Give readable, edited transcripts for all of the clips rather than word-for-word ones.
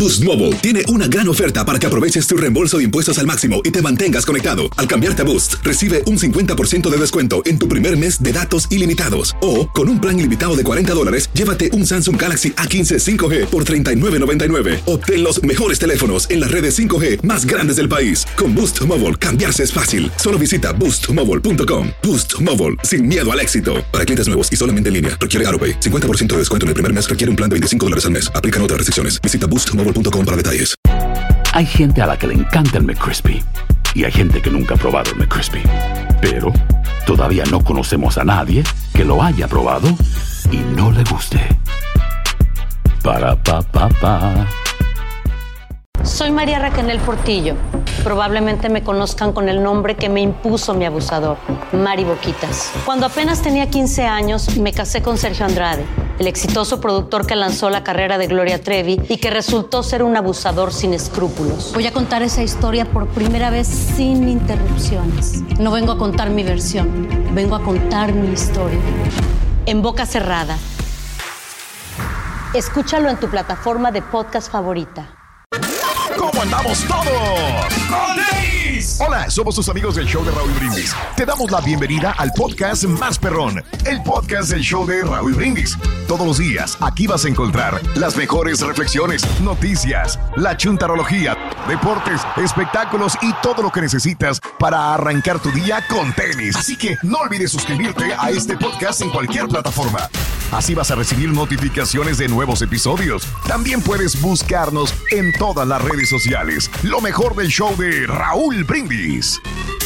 Boost Mobile tiene una gran oferta para que aproveches tu reembolso de impuestos al máximo y te mantengas conectado. Al cambiarte a Boost, recibe un 50% de descuento en tu primer mes de datos ilimitados. O, con un plan ilimitado de $40, llévate un Samsung Galaxy A15 5G por $39.99. Obtén los mejores teléfonos en las redes 5G más grandes del país. Con Boost Mobile, cambiarse es fácil. Solo visita boostmobile.com. Boost Mobile, sin miedo al éxito. Para clientes nuevos y solamente en línea, requiere AutoPay. 50% de descuento en el primer mes requiere un plan de $25 al mes. Aplican otras restricciones. Visita boostmobile.com para detalles. Hay gente a la que le encanta el McCrispy y hay gente que nunca ha probado el McCrispy. Pero todavía no conocemos a nadie que lo haya probado y no le guste. Para pa pa pa. Soy María Raquel Portillo. Probablemente me conozcan con el nombre que me impuso mi abusador, Mari Boquitas. Cuando apenas tenía 15 años, me casé con Sergio Andrade, el exitoso productor que lanzó la carrera de Gloria Trevi y que resultó ser un abusador sin escrúpulos. Voy a contar esa historia por primera vez sin interrupciones. No vengo a contar mi versión, vengo a contar mi historia. En boca cerrada. Escúchalo en tu plataforma de podcast favorita. ¿Cómo andamos todos? ¡Con tenis! Hola, somos tus amigos del show de Raúl Brindis. Te damos la bienvenida al podcast más perrón, el podcast del show de Raúl Brindis. Todos los días aquí vas a encontrar las mejores reflexiones, noticias, la chuntarología, deportes, espectáculos y todo lo que necesitas para arrancar tu día con tenis. Así que no olvides suscribirte a este podcast en cualquier plataforma. Así vas a recibir notificaciones de nuevos episodios. También puedes buscarnos en todas las redes sociales. Lo mejor del show de Raúl Brindis.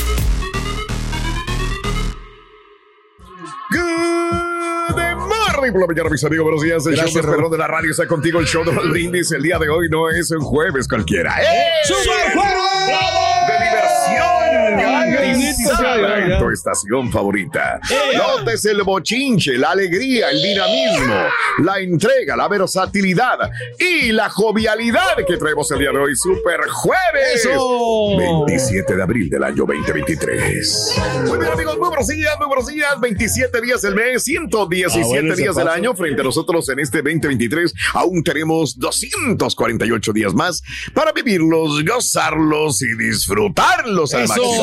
Good morning por la mañana, mis amigos. Buenos días. El show más perrón de la radio está contigo. El show de Raúl Brindis. El día de hoy no es un jueves cualquiera. ¡Super jueves! De diversión. En tu estación favorita. Notes el bochinche, la alegría, el dinamismo, la entrega, la versatilidad y la jovialidad que traemos el día de hoy. Super jueves. ¡Eso! 27 de abril del año 2023. Muy bien, amigos, muy buenos días, muy buenos días. 27 días del mes, 117 días del año. Frente a nosotros en este 2023 aún tenemos 248 días más para vivirlos, gozarlos y disfrutarlos al máximo.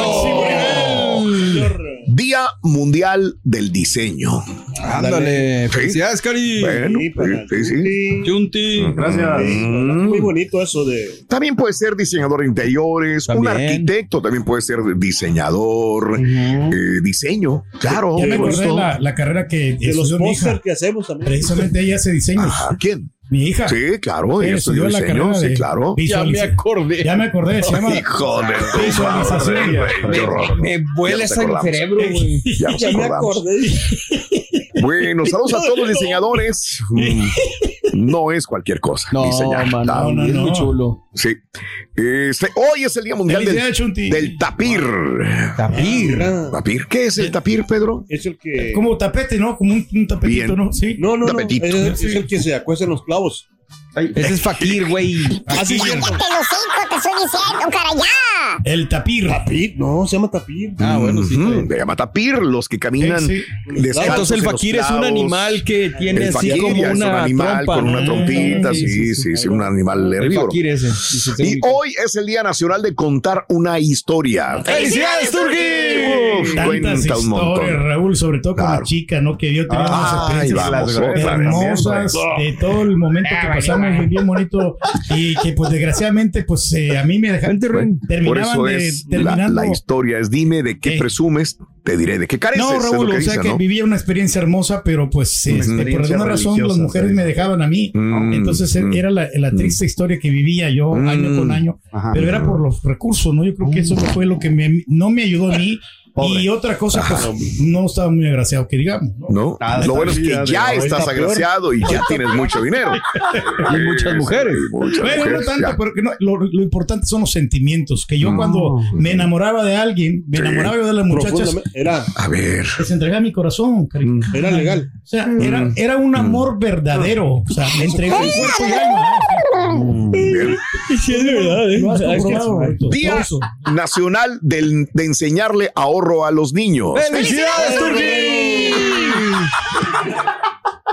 Día Mundial del Diseño. Ándale, felicidades, Cari. Bueno, sí. Chunti. Gracias. Muy bonito eso de... También puede ser diseñador de interiores, un arquitecto también puede ser diseñador, diseño, claro. Ya me acordé la carrera que de los póster que hacemos también. Precisamente ella hace diseños. ¿Quién? Mi hija. Sí, claro, ella estudió la diseño, carrera sí, claro. Ya me acordé, se llama hijo de visualización. Me vuela ese cerebro, güey. Ya me acordé. Bueno, saludos a todos los diseñadores. No es cualquier cosa. No, diseñar. no. Es muy chulo. Sí. Hoy es el Día Mundial del tapir. ¿Tapir? ¿Qué es el tapir, Pedro? Es el que... Como tapete, ¿no? Como un tapetito, bien. ¿no? Sí. No. Tapetito. Es el que se acuesta en los clavos. Ese es fakir, güey. Así es. ¡Cállate los hijos, te estoy diciendo, cara, ya! El tapir. ¿Tapir? No, se llama tapir. Bueno, sí. Se llama tapir, los que caminan descalzos. Entonces el fakir es un animal que tiene así como una es un animal trompa, con una trompita, sí, un animal herbívoro. El fakir ese. Y hoy es el Día Nacional de contar una historia. ¡Felicidades, Turki! Tantas historias, Raúl, sobre todo con la chica, ¿no? Que yo tenía unas experiencias hermosas de todo el momento que pasamos bien bonito y que pues desgraciadamente pues a mí me dejaron terminaban la historia es dime de qué presumes, te diré de qué careces. No, Raúl, o sea que vivía una experiencia hermosa, pero pues por alguna razón las mujeres me dejaban a mí, entonces era la triste historia que vivía yo año con año, pero era por los recursos, ¿no? Yo creo que eso fue lo que no me ayudó a mí. Pobre. Y otra cosa, pues no estaba muy agraciado, que digamos. No, lo bueno es que ya estás agraciado y ya tienes mucho dinero. Y muchas mujeres. Bueno, no tanto, pero lo importante son los sentimientos. Que yo cuando me enamoraba de alguien, me enamoraba yo de las muchachas. A ver. Les entregaba mi corazón, cariño. Era legal. O sea, era un amor verdadero. O sea, me entregaba el cuerpo y alma. Sí, es verdad. Lo has comprobado, Día Nacional de enseñarle ahorro a los niños. ¡Felicidades, Turki!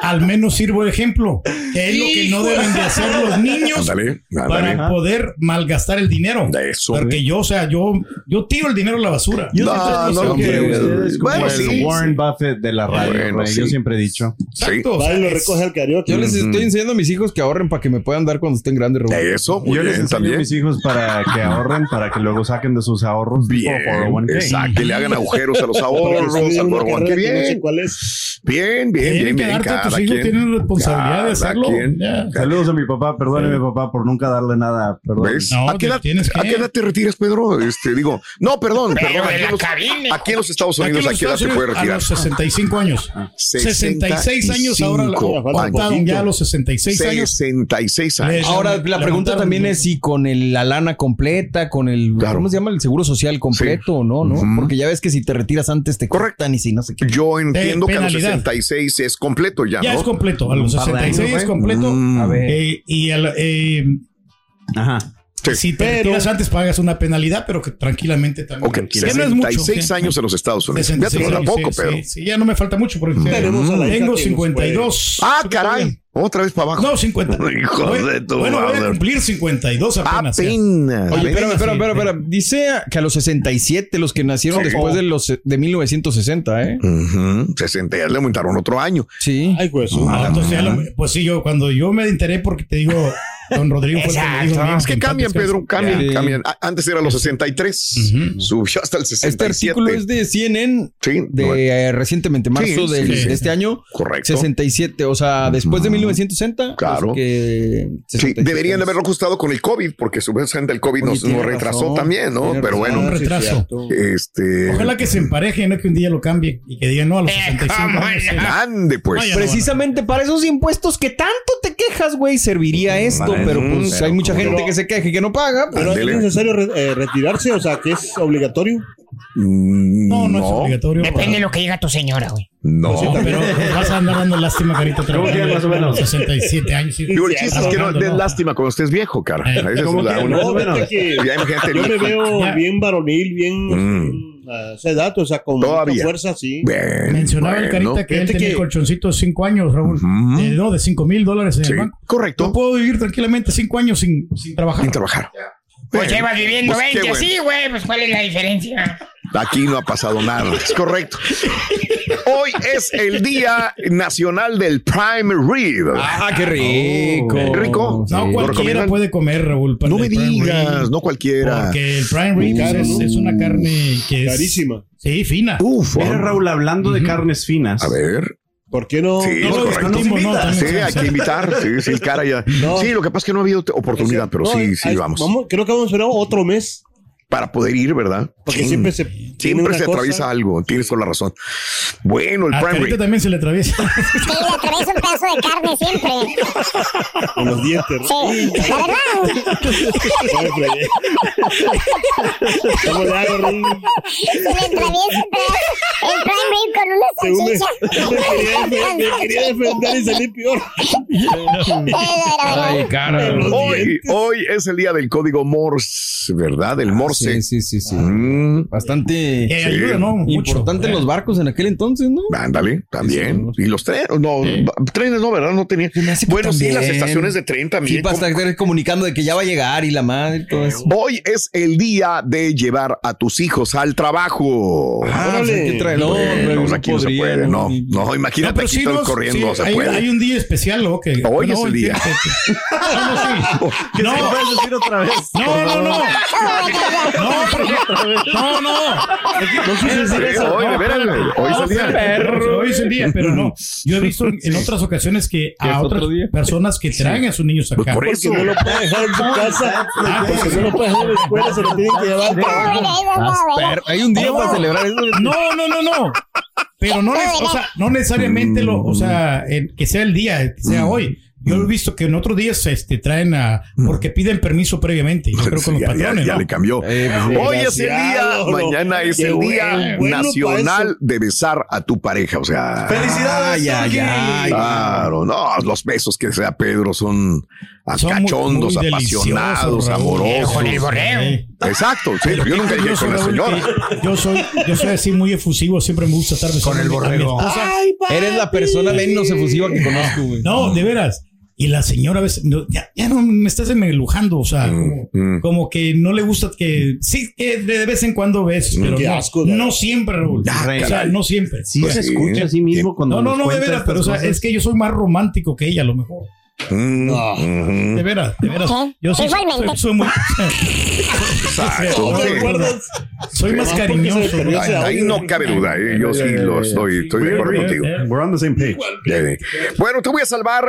al menos sirvo de ejemplo, que es lo que no deben de hacer los niños para poder malgastar el dinero. Eso. Porque yo tiro el dinero a la basura. Yo no ustedes como bueno, el sí, Warren Buffett de la radio, bueno, yo siempre he dicho. Exacto. Va y lo recoge al karaoke. Yo les estoy enseñando a mis hijos que ahorren para que me puedan dar cuando estén grandes, Raúl. Eso, muy Yo les bien, enseño también. a mis hijos para que ahorren, para que luego saquen de sus ahorros. Bien, exacto, que le hagan agujeros a los ahorros, al 401k. Qué bien. No sé cuál es. Bien. Tienen que darte a tus hijos, tienen responsabilidad de hacerlo. Saludos a mi papá, perdóneme papá por nunca darle nada. Perdón. ¿Ves? No, ¿A qué edad te retiras, Pedro? Perdón. Aquí en los Estados Unidos, ¿a qué edad te puedes A retirar? los 65 años. 66 años ahora aumentaron ya a los 66 años. 66 años. Ahora, la pregunta también es si con la lana completa, con el, ¿cómo se llama? El seguro social completo o no, ¿no? Porque ya ves que si te retiras antes te correctan y si no sé qué. Yo entiendo que a los 66 es completo ya, ¿no? Ya es completo, a los 66 es completo. A ver. Ajá. Sí. Si te retiras antes pagas una penalidad, pero que tranquilamente también. Ok, Que no es mucho, 66 años en los Estados Unidos. 66 Ya te años, poco, Pedro. Sí, ya no me falta mucho porque Tenemos a la hija tengo que 52. Ah, caray. Otra vez para abajo. No, 50. Hijo de tu Bueno, voy a madre. cumplir 52 apenas. Apenas. Oye, Apenas, espera. Dice que a los 67, los que nacieron después de 1960, ¿eh? 60, ya le aumentaron otro año. Sí. Ay, pues, entonces pues sí, cuando yo me enteré porque te digo, don Rodrigo fue el que me dijo. Es que cambian, Pedro, cambian. Antes era los 63, subió hasta el 67. Este artículo es de CNN recientemente, marzo de este año. Correcto. 67, o sea, después de 1960. Claro. Sí, deberían de haberlo ajustado con el COVID, porque supuestamente el COVID nos retrasó también, ¿no? Pero bueno. Un retraso. Ojalá que se empareje, no que un día lo cambie y que digan no a los 65 años. Ande, pues. Precisamente para esos impuestos que tanto te quejas, güey, serviría esto, pero pues hay mucha gente que se queja y que no paga. Pero es necesario retirarse, o sea, que es obligatorio. No es obligatorio. Depende de lo que diga tu señora, güey. No, pero vas a andar dando lástima, carita. Más o menos. 67 años. Digo, el chiste es que no des lástima cuando estés viejo, cara. Esa es Como la que una. no, fíjate que Ya imagínate. yo me veo bien varonil, bien a esa edad, o sea, con mucha fuerza, sí. Mencionaba el carita que él tenía el colchoncito de 5 años, Raúl. De $5,000 en el banco. Correcto. Yo puedo vivir tranquilamente 5 años sin trabajar. Sin trabajar. Pues llevas viviendo pues 20 así, güey, pues ¿cuál es la diferencia? Aquí no ha pasado nada. Es correcto. Hoy es el Día Nacional del Prime Rib. Ah, qué rico. ¿Rico? No cualquiera puede comer, Raúl. No me digas, no cualquiera. Porque el prime rib es una carne que es carísima. Sí, fina. Mira, Raúl, hablando de carnes finas. A ver. ¿Por qué no? Sí, no es lo correcto. discutimos, Sí, hay que invitar. Sí, cara ya. No. Sí, lo que pasa es que no ha habido oportunidad, pero sí, vamos. Creo que vamos a esperar otro mes. Para poder ir, ¿verdad? Porque siempre se atraviesa algo. Tienes toda la razón. Bueno, el prime rib. También se le atraviesa. Sí, le atraviesa un pedazo de carne siempre. Con los dientes. Sí, la verdad. ¿Cómo le hago, Rey? Se le atraviesa el prime rib con una salchicha. Me quería defender y salí peor. Ay, cara. Hoy es el día del código Morse, ¿verdad? El Morse. Sí. Bastante ayuda, ¿no? Mucho. Importante en los barcos en aquel entonces, ¿no? Ándale, también. Y los trenes, trenes no, ¿verdad? No tenía. Bueno, sí, las estaciones de tren también. Sí, para estar comunicando de que ya va a llegar y la madre y todo eso. Hoy es el día de llevar a tus hijos al trabajo. ¿Qué trae? No, aquí no se puede. No, imagínate aquí todo corriendo, no se puede. Hay un día especial, ¿no? Que hoy es el día. No, puedes decir otra vez. No. Hoy es el día, pero no. Yo he visto en otras ocasiones que a otras personas que traen a sus niños acá. Por eso no lo puede dejar en su casa. Porque no lo puede dejar en la escuela, se lo tienen que llevar. Hay un día para celebrar eso. No. Pero no necesariamente que sea el día, que sea hoy. Yo he visto que en otros días traen porque piden permiso previamente. Yo creo con los patrones. Ya le cambió. Hoy es el día, mañana es el día nacional de besar a tu pareja. O sea, ¡felicidades! Claro, no, los besos que sea Pedro son cachondos, apasionados, amorosos. Con el borrego. Exacto, sí, yo nunca llegué con la señora. Yo soy así muy efusivo, siempre me gusta estar con el borrego. Eres la persona menos efusiva que conozco, güey. No, de veras. Y la señora a veces, ya no me estás enmelujando, o sea, como que no le gusta que, sí, que de vez en cuando ves, pero no siempre, Raúl. O sea, no siempre. Sí, se escucha a sí mismo cuando No, de veras, pero o sea, es que yo soy más romántico que ella, a lo mejor. De veras. Yo soy muy. Soy más cariñoso. Ahí no cabe duda, yo sí estoy de acuerdo contigo. We're on the same page. Bueno, te voy a salvar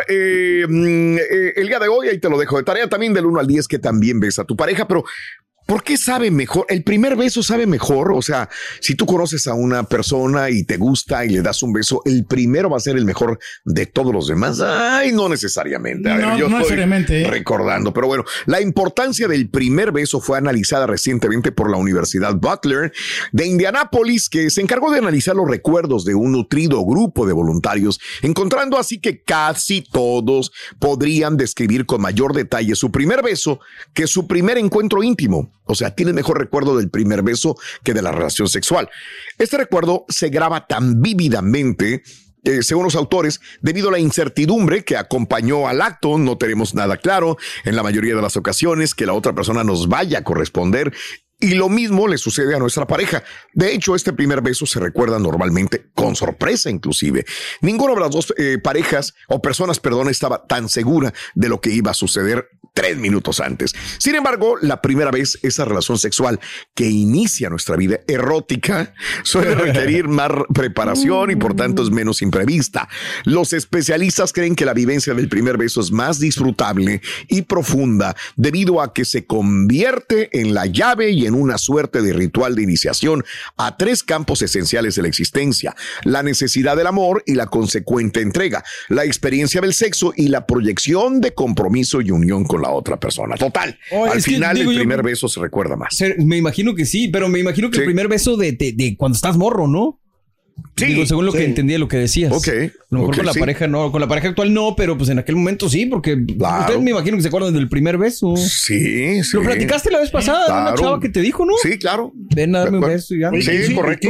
el día de hoy, ahí te lo dejo de tarea también del 1 al 10 que también ves a tu pareja, pero ¿por qué sabe mejor? El primer beso sabe mejor. O sea, si tú conoces a una persona y te gusta y le das un beso, el primero va a ser el mejor de todos los demás. Ay, no necesariamente. A ver, yo estoy necesariamente recordando. Pero bueno, la importancia del primer beso fue analizada recientemente por la Universidad Butler de Indianápolis, que se encargó de analizar los recuerdos de un nutrido grupo de voluntarios, encontrando así que casi todos podrían describir con mayor detalle su primer beso que su primer encuentro íntimo. O sea, tiene mejor recuerdo del primer beso que de la relación sexual. Este recuerdo se graba tan vívidamente, según los autores, debido a la incertidumbre que acompañó al acto. No tenemos nada claro en la mayoría de las ocasiones que la otra persona nos vaya a corresponder. Y lo mismo le sucede a nuestra pareja. De hecho, este primer beso se recuerda normalmente con sorpresa, inclusive. Ninguna de las dos parejas o personas, estaba tan segura de lo que iba a suceder 3 minutos antes. Sin embargo, la primera vez, esa relación sexual que inicia nuestra vida erótica suele requerir más preparación y por tanto es menos imprevista. Los especialistas creen que la vivencia del primer beso es más disfrutable y profunda debido a que se convierte en la llave y en una suerte de ritual de iniciación a 3 campos esenciales de la existencia: la necesidad del amor y la consecuente entrega, la experiencia del sexo y la proyección de compromiso y unión con la otra persona. Total, al final el primer beso se recuerda más. Me imagino que sí, pero me imagino que el primer beso de cuando estás morro, ¿no? Sí. Digo, según lo que entendí de lo que decías. Ok. A lo mejor con la pareja no, con la pareja actual no, pero pues en aquel momento sí, porque ustedes me imagino que se acuerdan del primer beso. Sí. Lo platicaste la vez pasada, de una chava que te dijo, ¿no? Sí, claro. Ven a darme un beso y ya. Sí, correcto.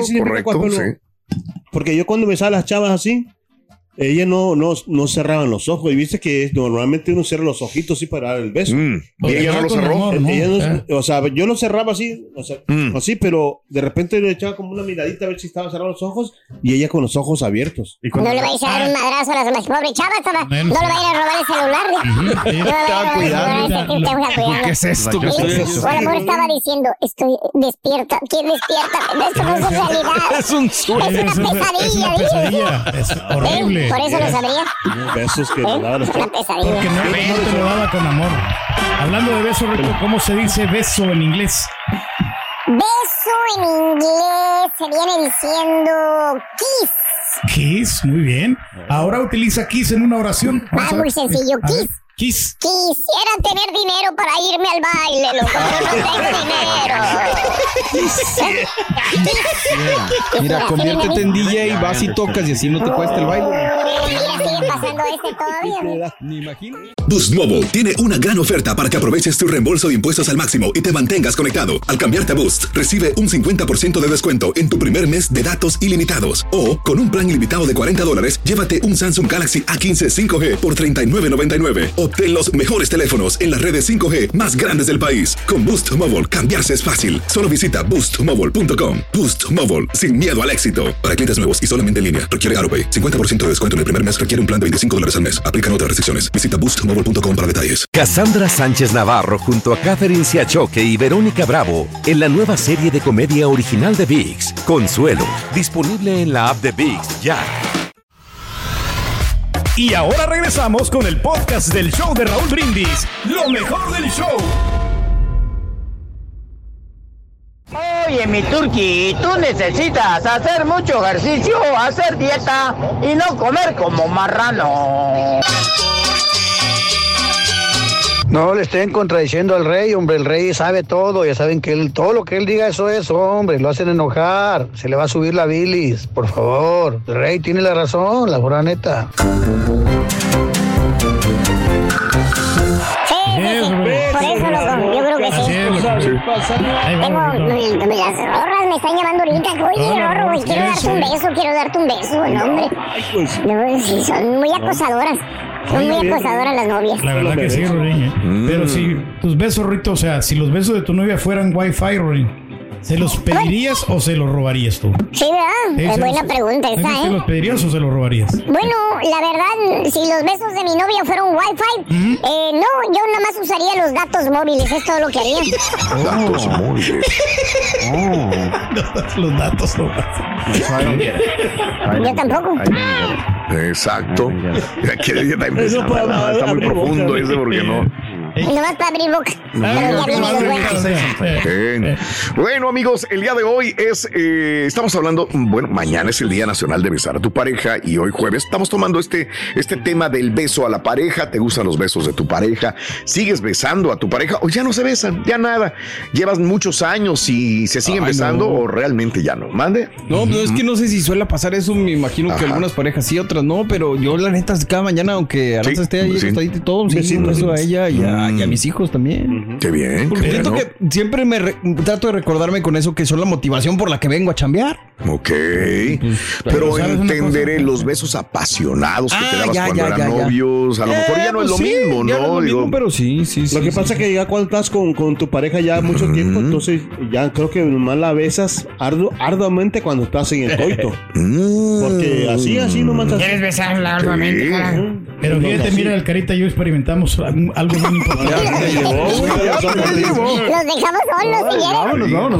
Porque yo cuando besaba a las chavas así, ellas no cerraban los ojos. Y viste que normalmente uno cierra los ojitos así para dar el beso. ¿Y ella no lo cerró? O sea, yo lo cerraba así, o sea, así, pero de repente le echaba como una miradita a ver si estaban cerrados los ojos y ella con los ojos abiertos. No le vais a dar un madrazo a las pobre chava, no le va a ir a robar el celular. ¿Qué es esto? O a lo mejor estaba diciendo, estoy despierta. ¿Quién despierta? Esto no es realidad. Es un sueño. Es una pesadilla. Es horrible. Por eso lo sabría. Besos que le daban. Una pesadilla. Porque no te lo daba con amor. Hablando de beso, ¿cómo se dice beso en inglés? Beso en inglés se viene diciendo kiss. Kiss, muy bien. Ahora utiliza kiss en una oración. Muy sencillo, kiss. Kiss. Quisiera tener dinero para irme al baile, loco, pero no tengo dinero. Mira, conviértete en DJ y vas y tocas y así no te cuesta el baile. Mira, sigue pasando todavía. Me imagino. Boost Mobile tiene una gran oferta para que aproveches tu reembolso de impuestos al máximo y te mantengas conectado. Al cambiarte a Boost, recibe un 50% de descuento en tu primer mes de datos ilimitados. O, con un plan ilimitado de $40, llévate un Samsung Galaxy A15 5G por $39.99. Obtén los mejores teléfonos en las redes 5G más grandes del país. Con Boost Mobile, cambiarse es fácil. Solo visita boostmobile.com. Boost Mobile, sin miedo al éxito. Para clientes nuevos y solamente en línea, requiere AroPay. 50% de descuento en el primer mes requiere un plan de $25 al mes. Aplican otras restricciones. Visita boostmobile.com para detalles. Cassandra Sánchez Navarro junto a Catherine Siachoque y Verónica Bravo en la nueva serie de comedia original de ViX, Consuelo, disponible en la app de ViX ya. Y ahora regresamos con el podcast del show de Raúl Brindis, lo mejor del show. Oye, mi turqui, tú necesitas hacer mucho ejercicio, hacer dieta y no comer como marrano. No le estén contradiciendo al rey, hombre, el rey sabe todo, ya saben que todo lo que él diga eso es, hombre, lo hacen enojar, se le va a subir la bilis, por favor, el rey tiene la razón, la pura neta. Por eso, loco, yo creo que sí. Tengo las rorras me están llamando ahorita. Oye, Rorro, güey, quiero darte un beso, no, hombre. Sí, son muy acosadoras. Son muy acosadoras las novias. La verdad que sí, Rorín. Pero si tus besos, Rito, o sea, si los besos de tu novia fueran Wi-Fi, Rorín, ¿se los pedirías o se los robarías tú? Sí, ¿verdad? Es buena pregunta esa, ¿Se los pedirías o se los robarías? Bueno, la verdad, si los besos de mi novia fueron Wi-Fi, no, yo nada más usaría los datos móviles, es todo lo que haría. Datos móviles. Los datos móviles. Yo tampoco. Exacto. Está muy profundo ese porque no. Nomás para abrir boca. Bueno, amigos, el día de hoy estamos hablando, bueno, mañana es el Día Nacional de Besar a tu pareja y hoy jueves estamos tomando este tema del beso a la pareja. ¿Te gustan los besos de tu pareja? ¿Sigues besando a tu pareja o ya no se besan? Ya nada. Llevas muchos años y se siguen besando o realmente ya no. ¿Mande? No, es que no sé si suele pasar eso. Me imagino que algunas parejas sí, otras no, pero yo la neta cada mañana, aunque Aranza esté ahí acostadita y todo, sí, un beso a ella y a mis hijos también. Qué bien. Porque siento que siempre trato de recordarme con eso que son la motivación por la que vengo a chambear. Ok. Pero entenderé los besos apasionados que te dabas cuando eran novios. A lo mejor ya no es lo mismo, ¿no? No es lo mismo, pero sí. Lo que pasa es que ya cuando estás con tu pareja ya mucho tiempo, entonces ya creo que nomás la besas arduamente cuando estás en el coito. Porque así nomás. ¿Quieres besarla arduamente, carajo? Pero fíjate, mira, el Carita y yo experimentamos algo muy importante. Los dejamos solos, si vámonos.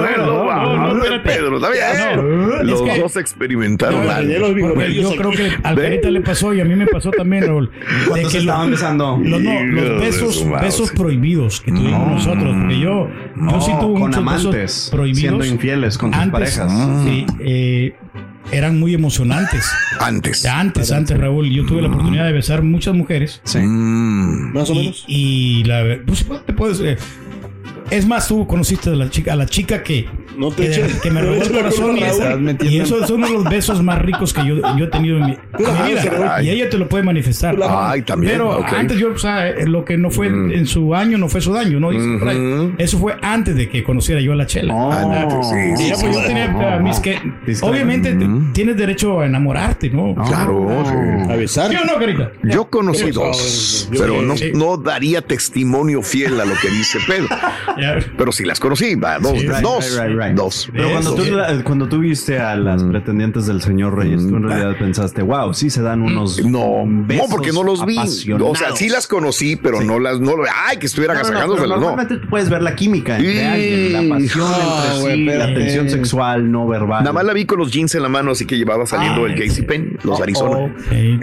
No, Pedro, está bien. Los dos experimentaron algo. Yo creo que al Carita le pasó y a mí me pasó también, Raúl. ¿Cuándo se estaban besando? Los besos prohibidos que tuvimos nosotros. Porque yo sí tuve muchos besos prohibidos. Siendo infieles con tus parejas. Sí, eran muy emocionantes. Antes, Raúl. Yo tuve la oportunidad de besar muchas mujeres. Sí. Más o menos. Y pues te puedes... es más, tú conociste a la chica que me robó el corazón y eso es uno de los besos más ricos que yo he tenido en mi vida. Y ella te lo puede manifestar. También. Pero antes yo, o sea, lo que no fue en su año no fue su daño, ¿no? Eso fue antes de que conociera yo a la Chela. Yo tenía obviamente tienes derecho a enamorarte, ¿no? Claro. A besar. ¿Sí o no, Carita? Yo conocí dos, pero no daría testimonio fiel a lo que dice Pedro. Pero sí las conocí, dos. Pero cuando tú viste a las pretendientes del señor Reyes, tú en realidad pensaste, wow, sí se dan unos besos. No, porque no los vi. O sea, sí las conocí, pero no que estuviera agasajándose. Normalmente tú puedes ver la química entre alguien, la pasión entre sí, la tensión sexual no verbal. Nada más la vi con los jeans en la mano, así que llevaba saliendo el JCPenney, los Arizona.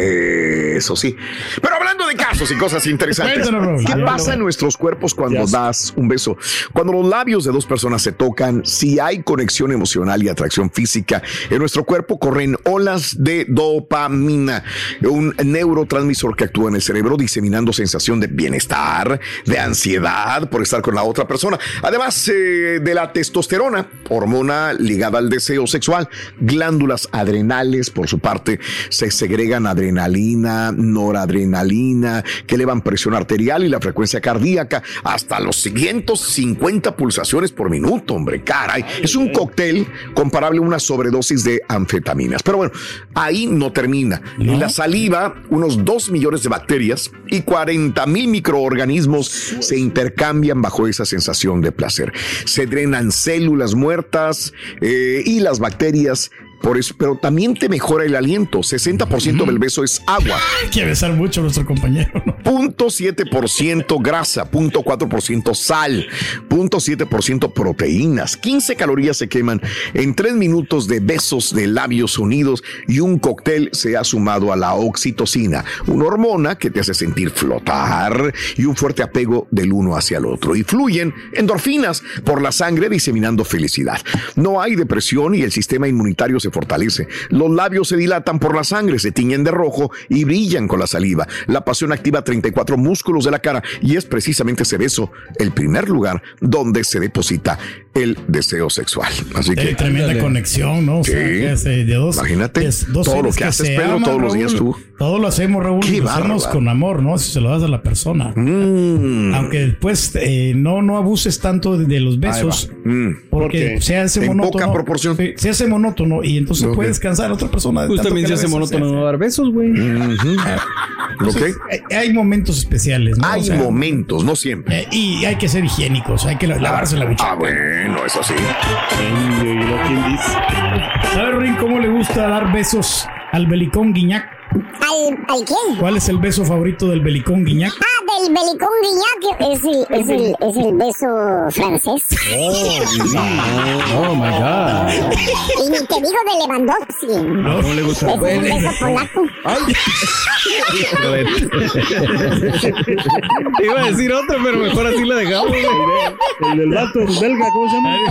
Eso sí. Pero hablando de casos y cosas interesantes, ¿qué pasa en nuestros cuerpos cuando das un beso? Cuando los labios de dos personas se tocan, si hay conexión emocional y atracción física, en nuestro cuerpo corren olas de dopamina, un neurotransmisor que actúa en el cerebro diseminando sensación de bienestar, de ansiedad por estar con la otra persona. Además de la testosterona, hormona ligada al deseo sexual, glándulas adrenales, por su parte, se segregan adrenalina, noradrenalina, que elevan presión arterial y la frecuencia cardíaca hasta los 150 pulsaciones por minuto, hombre, caray. Es un cóctel comparable a una sobredosis de anfetaminas. Pero bueno, ahí no termina. En la saliva, unos 2 millones de bacterias y 40,000 microorganismos se intercambian bajo esa sensación de placer. Se drenan células muertas y las bacterias. Por eso, pero también te mejora el aliento. 60% del beso es agua. Hay que besar mucho a nuestro compañero, ¿no? 0.7% grasa, 0.4% sal, 0.7% proteínas. 15 calorías se queman en 3 minutos de besos de labios unidos y un cóctel se ha sumado a la oxitocina, una hormona que te hace sentir flotar y un fuerte apego del uno hacia el otro. Y fluyen endorfinas por la sangre diseminando felicidad. No hay depresión y el sistema inmunitario se fortalece. Los labios se dilatan por la sangre, se tiñen de rojo y brillan con la saliva. La pasión activa 34 músculos de la cara y es precisamente ese beso el primer lugar donde se deposita el deseo sexual. Así que tremenda conexión, ¿no? O sea, de dos, imagínate dos todo lo que haces, Pedro, aman, todos los días tú. Todo lo hacemos, Raúl, y lo hacemos con amor, ¿no? Si se lo das a la persona. Aunque después no abuses tanto de los besos, porque se hace monótono. En poca proporción. Se hace monótono y entonces puedes cansar a otra persona. Pues también se hace monótono no dar besos, güey. Entonces, hay momentos especiales, ¿no? Hay momentos, no siempre. Y hay que ser higiénicos, hay que lavarse la buchaca. Bueno, eso sí. ¿Sabes, Rin, cómo le gusta dar besos al Belicón Guiñac? ¿Al qué? ¿Cuál es el beso favorito del Belicón Guiñac? Del Belicón Guiñac es el beso francés. Oh my God. Y ni te digo de Lewandowski. No le gusta. Es un beso polaco. Iba a decir otro, pero mejor así la dejamos. El del vato belga, ¿cómo se llama?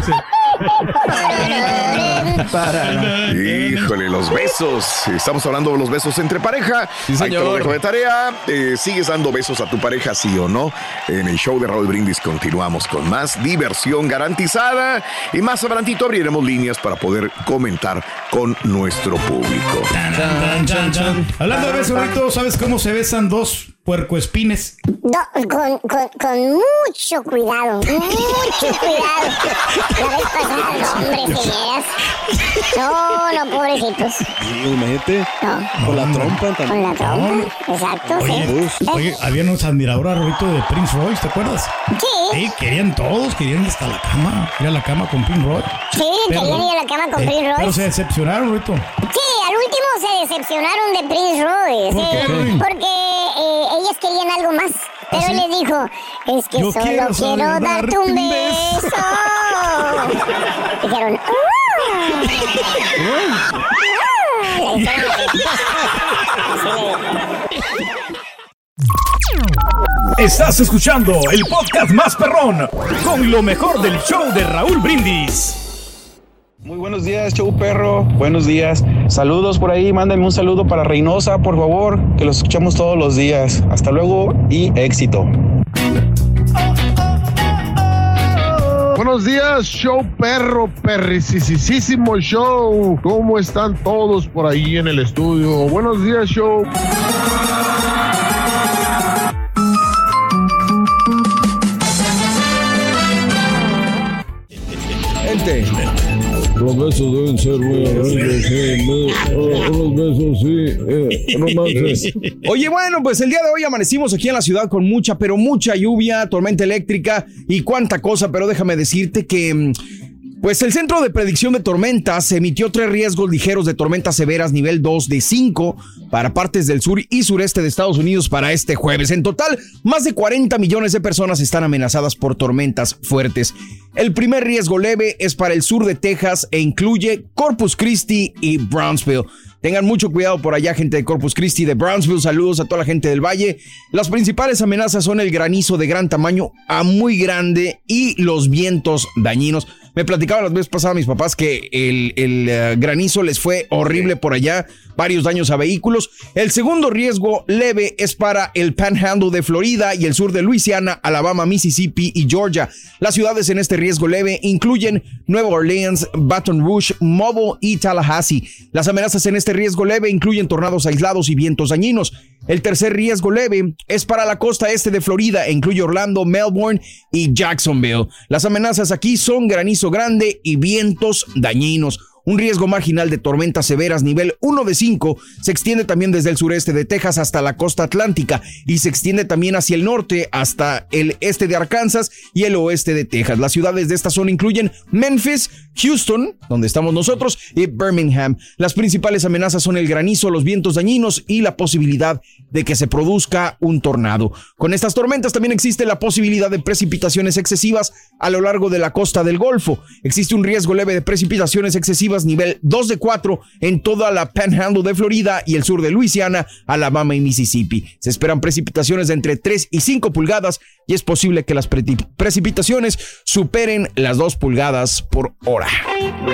Híjole, los besos. Estamos hablando de los besos entre pareja. Sí, señor. Ahí te lo dejo de tarea. ¿Sigues dando besos a tu pareja, sí o no? En el show de Raúl Brindis continuamos con más diversión garantizada. Y más adelantito abriremos líneas para poder comentar con nuestro público. Hablando de besos, Rito, ¿sabes cómo se besan dos puercoespines? Con mucho cuidado. Mucho cuidado. La vez pasada, hombre, señoras. No, pobrecitos. Sí, imagínate. No. Con la trompa también. Con la trompa, exacto. Oye, había unos admiradores, Rito, de Prince Royce, ¿te acuerdas? Sí, querían hasta la cama. Ir a la cama con Prince Royce. Sí, querían ir a la cama con Prince Royce. Pero se decepcionaron, Rito. Sí, al último se decepcionaron de Prince Royce. ¿Por qué? Porque ellas querían algo más. Pero él le dijo, es que yo solo quiero darte un beso. Dijeron, Estás escuchando el podcast más perrón con lo mejor del show de Raúl Brindis. Muy buenos días, show perro. Buenos días. Saludos por ahí. Mándenme un saludo para Reynosa, por favor, que los escuchamos todos los días. Hasta luego y éxito. Buenos días, show perro, perricisísimo show. ¿Cómo están todos por ahí en el estudio? Buenos días, show. Gente. Los besos deben ser muy amables, los besos sí, romances. Oye, bueno, pues el día de hoy amanecimos aquí en la ciudad con mucha, pero mucha lluvia, tormenta eléctrica y cuánta cosa, pero déjame decirte que pues el Centro de Predicción de Tormentas emitió 3 riesgos ligeros de tormentas severas nivel 2 de 5 para partes del sur y sureste de Estados Unidos para este jueves. En total, más de 40 millones de personas están amenazadas por tormentas fuertes. El primer riesgo leve es para el sur de Texas e incluye Corpus Christi y Brownsville. Tengan mucho cuidado por allá, gente de Corpus Christi, de Brownsville. Saludos a toda la gente del Valle. Las principales amenazas son el granizo de gran tamaño a muy grande y los vientos dañinos. Me platicaban las veces pasadas mis papás que el granizo les fue horrible por allá, varios daños a vehículos. El segundo riesgo leve es para el Panhandle de Florida y el sur de Luisiana, Alabama, Mississippi y Georgia. Las ciudades en este riesgo leve incluyen Nueva Orleans, Baton Rouge, Mobile y Tallahassee. Las amenazas en este riesgo leve incluyen tornados aislados y vientos dañinos. El tercer riesgo leve es para la costa este de Florida e incluye Orlando, Melbourne y Jacksonville. Las amenazas aquí son granizo grande y vientos dañinos. Un riesgo marginal de tormentas severas nivel 1 de 5 se extiende también desde el sureste de Texas hasta la costa atlántica y se extiende también hacia el norte hasta el este de Arkansas y el oeste de Texas. Las ciudades de esta zona incluyen Memphis, Houston, donde estamos nosotros, y Birmingham. Las principales amenazas son el granizo, los vientos dañinos y la posibilidad de que se produzca un tornado. Con estas tormentas también existe la posibilidad de precipitaciones excesivas a lo largo de la costa del Golfo. Existe un riesgo leve de precipitaciones excesivas nivel 2 de 4 en toda la Panhandle de Florida y el sur de Luisiana, Alabama y Mississippi. Se esperan precipitaciones de entre 3 y 5 pulgadas y es posible que las precipitaciones superen las 2 pulgadas por hora.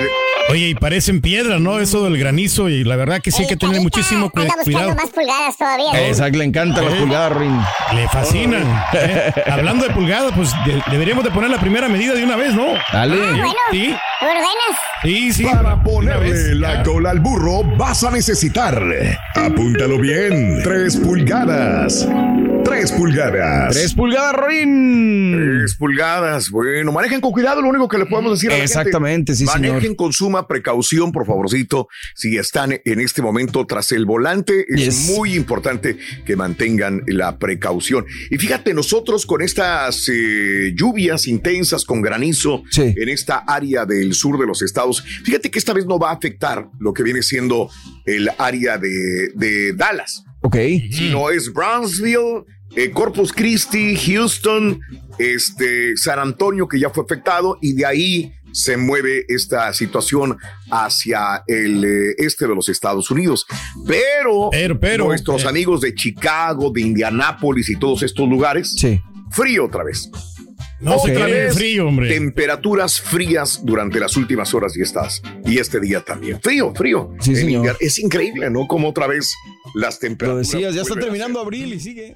Oye, y parecen piedra, ¿no? Eso del granizo, y la verdad que sí hay que tener muchísimo Anda cuidado. buscando más pulgadas todavía. ¿No? Exacto, le encantan las pulgadas, Rin. Le fascinan. Hablando de pulgadas, pues deberíamos de poner la primera medida de una vez, ¿no? Dale. Bueno, Sí. ¿tú ordenas? Sí. Para ponerle la cola al burro vas a necesitar, apúntalo bien, 3 pulgadas. 3 pulgadas. 3 pulgadas, Rin. 3 pulgadas. Bueno, manejen con cuidado, lo único que le podemos decir a la gente. Exactamente, sí, señor. Manejen con suma precaución, por favorcito. Si están en este momento tras el volante, es muy importante que mantengan la precaución. Y fíjate, nosotros con estas lluvias intensas con granizo en esta área del sur de los estados, fíjate que esta vez no va a afectar lo que viene siendo el área de Dallas. Ok. Sino es Brownsville, Corpus Christi, Houston, San Antonio, que ya fue afectado, y de ahí se mueve esta situación hacia el este de los Estados Unidos. Pero nuestros amigos de Chicago, de Indianápolis y todos estos lugares, frío otra vez. Otra vez frío, hombre. Temperaturas frías durante las últimas horas y este día también. Frío. Sí, señor. Es increíble, ¿no? Como otra vez las temperaturas. Lo decías, ya está terminando abril y sigue.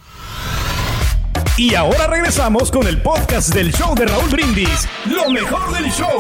Y ahora regresamos con el podcast del show de Raúl Brindis. Lo mejor del show.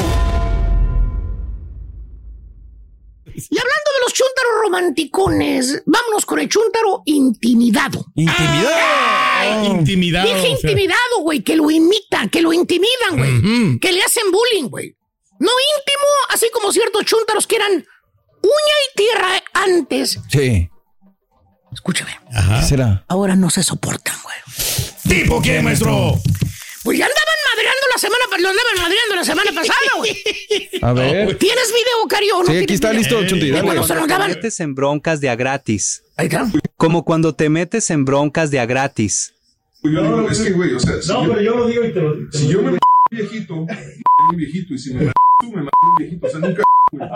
Y hablando de los chúntaros romanticones, vámonos con el chúntaro intimidado. Intimidado. Dije intimidado, güey, que lo imitan, que lo intimidan, güey. Que le hacen bullying, güey. No íntimo, así como ciertos chúntaros que eran uña y tierra antes. Sí. Escúchame. ¿Qué será? Ahora no se soportan, güey. ¿Tipo qué, maestro? Pues ya andaban madreando la semana pasada, güey. A ver. ¿Tienes video, Cario? Sí, aquí está listo, Chunti. Cuando se nos Te daban... metes en broncas de a gratis. Ahí está. Como cuando te metes en broncas de a gratis. No, es que, güey, o sea... pero yo lo digo y te lo... Si yo me viejito, y si me tú me viejito, o sea, nunca...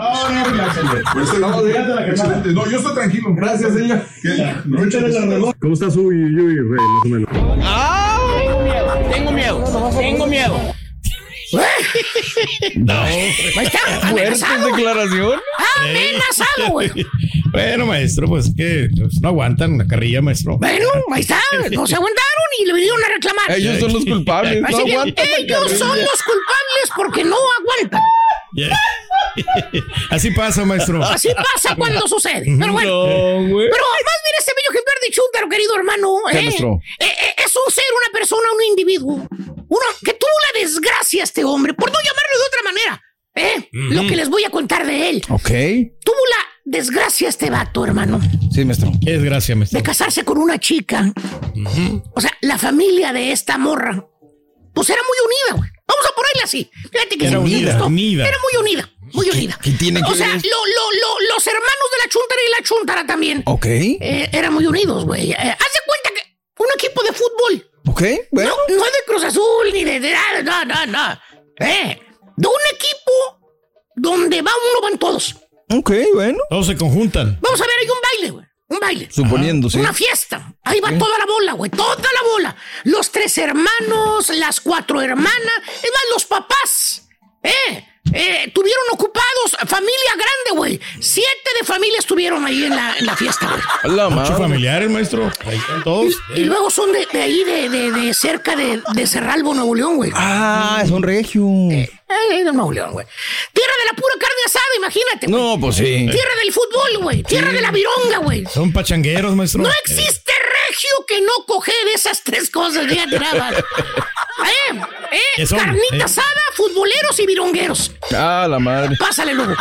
No, yo estoy tranquilo. Gracias, señor. ¿Cómo estás, Rey, más o menos? Tengo miedo. No. Ahí está, Fuerte declaración. Amenazado, güey. Bueno, maestro, pues que no aguantan la carrilla, maestro. Bueno, ahí está. No se aguantaron y le vinieron a reclamar. Ellos son los culpables. Así No que aguantan la ellos carrilla. son los culpables porque no aguantan. Así pasa, maestro. Así pasa cuando sucede. Pero bueno. No, güey. Pero además, mira este bello ejemplar de chúntaro, querido hermano. ¿Qué, maestro? Es un ser, una persona, un individuo. Uno que tuvo la desgracia, este hombre, por no llamarlo de otra manera. Lo que les voy a contar de él. Ok. Tuvo la desgracia este vato, hermano. Sí, maestro. ¿Qué desgracia, maestro? De casarse con una chica. O sea, la familia de esta morra, pues era muy unida, güey. Vamos a ponerle así. Fíjate que era unida. Era muy unida. ¿Qué tiene que o sea, ver? los hermanos de la chúntara y la chúntara también. Ok. Eran muy unidos, güey. Haz de cuenta que un equipo de fútbol. Ok, bueno. No es de Cruz Azul ni de no. De un equipo donde va uno, van todos. Ok, bueno. Todos se conjuntan. Vamos a ver, hay un baile, güey. Un baile. Suponiendo, sí. Una fiesta. Ahí va toda la bola, güey. Toda la bola. Los 3 hermanos, las 4 hermanas. Es más, los papás. Tuvieron ocupados familia grande, güey. 7 de familia estuvieron ahí en la fiesta, güey. Muchos familiares, maestro. Ahí están todos. Y luego son de ahí, de cerca de Cerralbo, Nuevo León, güey. Ah, son regio. De Nuevo León, güey. Tierra de la pura carne asada, imagínate, güey. No, pues sí. Tierra del fútbol, güey. Tierra de la vironga, güey. Son pachangueros, maestro. No existe regio que no coge de esas 3 cosas, fíjate nada más. Carnita asada, futboleros y virongueros. Ah, la madre. Pásale, lobo.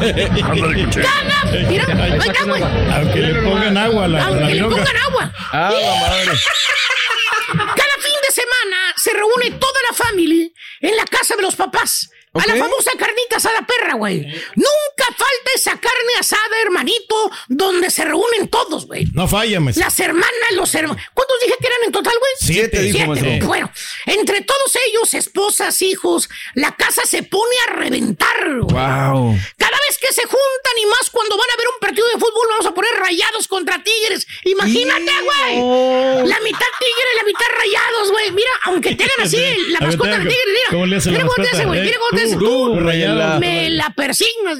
Mira, ahí está, güey. Aunque le pongan agua a la Aunque le vironga. pongan agua. Ah, la madre. Cada fin de semana se reúne toda la familia en la casa de los papás. A la famosa carnita asada perra, güey. Nunca falta esa carne asada, hermanito, donde se reúnen todos, güey. No falla, maestro. Las hermanas, los hermanos. ¿Cuántos dije que eran en total, güey? 7, dijo, maestro. Bueno, entre todos ellos, esposas, hijos, la casa se pone a reventar, güey. Wow. Cada vez que se juntan y más cuando van a ver un partido de fútbol, vamos a poner Rayados contra Tigres. Imagínate, güey. La mitad Tigres, la mitad Rayados, güey. Mira, aunque tengan así la mascota de Tigres, mira. ¿Cómo le hace mira la cómo te hace, güey. Mira cómo te hace. Tú, Rayado. me la persignas.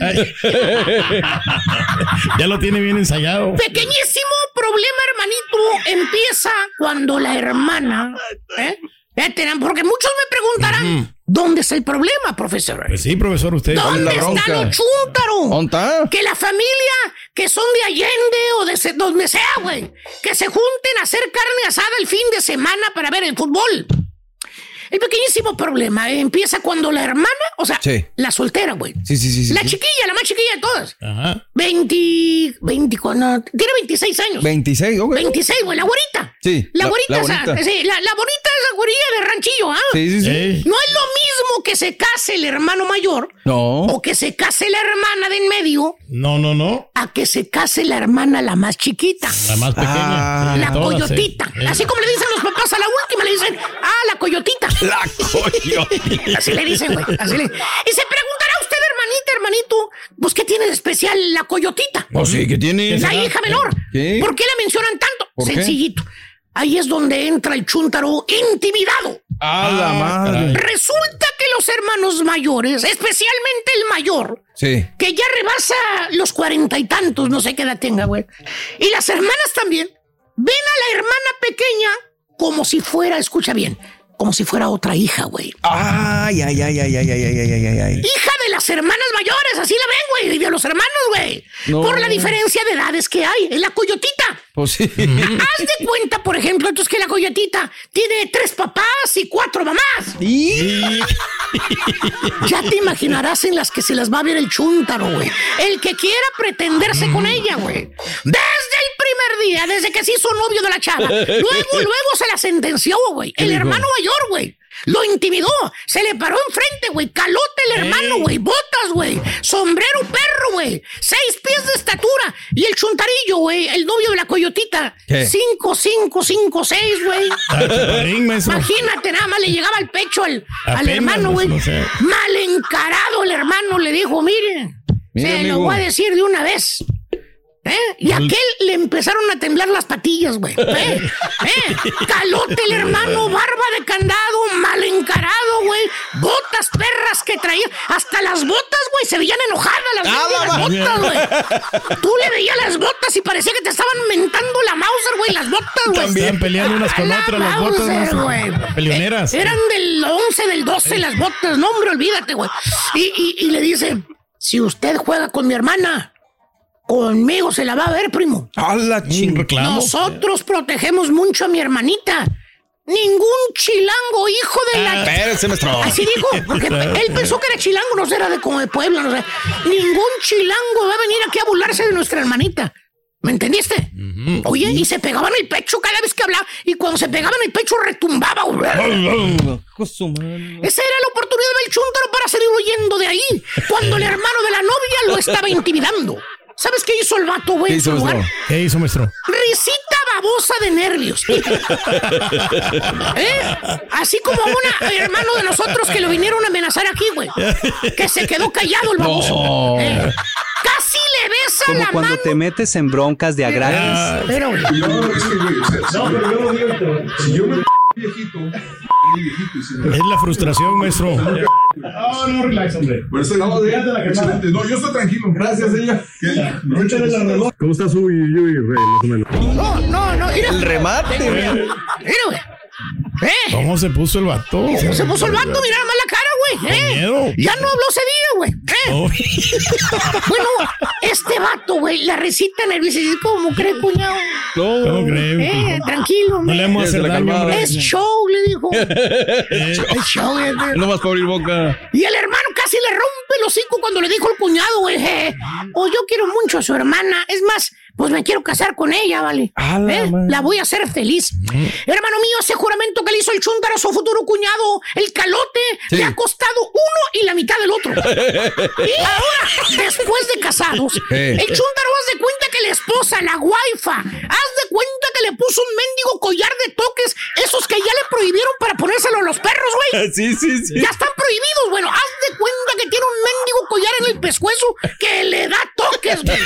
Ya lo tiene bien ensayado. Pequeñísimo problema, hermanito, empieza cuando la hermana, porque muchos me preguntarán, ¿dónde está el problema, profesor? Pues sí, profesor, usted. ¿Dónde está lo chúntaro? Que la familia, que son de Allende o de donde sea, güey, que se junten a hacer carne asada el fin de semana para ver el fútbol. El pequeñísimo problema empieza cuando la hermana, o sea, la soltera, güey. Sí. La chiquilla, la más chiquilla de todas. Ajá. 20, tiene 26 años. 26, ok. 26, güey, la güerita. Sí. La güerita, la bonita. la bonita esa güerilla de ranchillo, ¿ah? Sí. No es lo mismo que se case el hermano mayor. No. O que se case la hermana de en medio. No. A que se case la hermana, la más chiquita. La más pequeña. La coyotita. Así como le dicen los papás a la última, le dicen, la coyotita. La coyotita. Así le dicen, güey. Y se preguntará usted, hermanito, pues, ¿qué tiene de especial la coyotita? Sí, ¿qué tiene? La hija menor. ¿Qué? ¿Por qué la mencionan tanto? ¿Por qué? Sencillito. Ahí es donde entra el chúntaro intimidado. La madre. Resulta que los hermanos mayores, especialmente el mayor, que ya rebasa los 40 y tantos, no sé qué edad tenga, güey, y las hermanas también, ven a la hermana pequeña como si fuera, escucha bien, como si fuera otra hija, güey. Ay. Hija de las hermanas mayores, así la ven, güey, y de los hermanos, güey. No. Por la diferencia de edades que hay en la coyotita. Pues sí. Haz de cuenta, por ejemplo, entonces que la coyotita tiene 3 papás y 4 mamás. Ya te imaginarás en las que se las va a ver el chúntaro, güey. El que quiera pretenderse con ella, güey. Desde el primer día, desde que se hizo novio de la chava. Luego se la sentenció, güey. El hermano mayor, güey. Lo intimidó, se le paró enfrente, güey. Calote el hermano, güey. Botas, güey. Sombrero perro, güey. 6 pies de estatura. Y el chuntarillo, güey. El novio de la coyotita. 5, 6, güey. Imagínate, nada más le llegaba al pecho al hermano, güey. No sé. Mal encarado el hermano le dijo, mire, se lo voy a decir de una vez. Y a aquel le empezaron a temblar las patillas, güey. Calote el hermano, barba de candado, mal encarado, güey. Botas perras que traía. Hasta las botas, güey, se veían enojadas las botas, güey. Tú le veías las botas y parecía que te estaban mentando la Mauser, güey, las botas, güey. Están peleando unas con otras las botas, güey. Peleoneras. Eran del 11, del 12 las botas. No, hombre, olvídate, güey. Y le dice, si usted juega con mi hermana, conmigo se la va a ver, primo. Nosotros protegemos mucho a mi hermanita. Ningún chilango, hijo de la... Espérese, maestro. Así dijo, porque él pensó que era chilango, no sé, era como de pueblo, no sé. Ningún chilango va a venir aquí a burlarse de nuestra hermanita. ¿Me entendiste? Oye, y se pegaban el pecho cada vez que hablaba. Y cuando se pegaban el pecho retumbaba. Esa era la oportunidad del chúntaro para salir huyendo de ahí. Cuando el hermano de la novia lo estaba intimidando. ¿Sabes qué hizo el vato, güey? ¿Qué hizo, maestro? Risita babosa de nervios. Así como un hermano de nosotros que lo vinieron a amenazar aquí, güey. Que se quedó callado el baboso. Casi le besa como la cuando mano. te metes en broncas de a gratis. Pero, güey. Si yo me viejito, Es la frustración, maestro. No, relax, hombre. Excelente. No, yo estoy tranquilo. Gracias, señor. ¿Cómo está su Yui, Rey, más o menos? No. Mira. El remate. Mira, güey. ¿Cómo se puso el vato? ¿Cómo se puso el vato? Mira más la cara, güey. Miedo. Ya no habló ese día, güey. Bueno, este vato, güey, la risita nerviosa. ¿Cómo cree, cuñado? ¿Cómo cree? Tranquilo, no le vamos a hacer daño, hombre. Es show, le dijo. Es show, güey. No más para abrir boca. Y el hermano casi le rompe el hocico cuando le dijo el cuñado, güey. Yo quiero mucho a su hermana. Es más, pues me quiero casar con ella, ¿vale? La voy a hacer feliz. Hermano mío, ese juramento que le hizo el chúntaro a su futuro cuñado, el calote, le ha costado uno y la mitad del otro. Y ahora, después de casados, el chúntaro haz de cuenta que la esposa, la guaifa, haz de cuenta que le puso un mendigo collar de toques, esos que ya le prohibieron para ponérselo a los perros, güey. Sí. Ya están prohibidos. Bueno, haz de cuenta que tiene un mendigo collar en el pescuezo que le da toques, güey.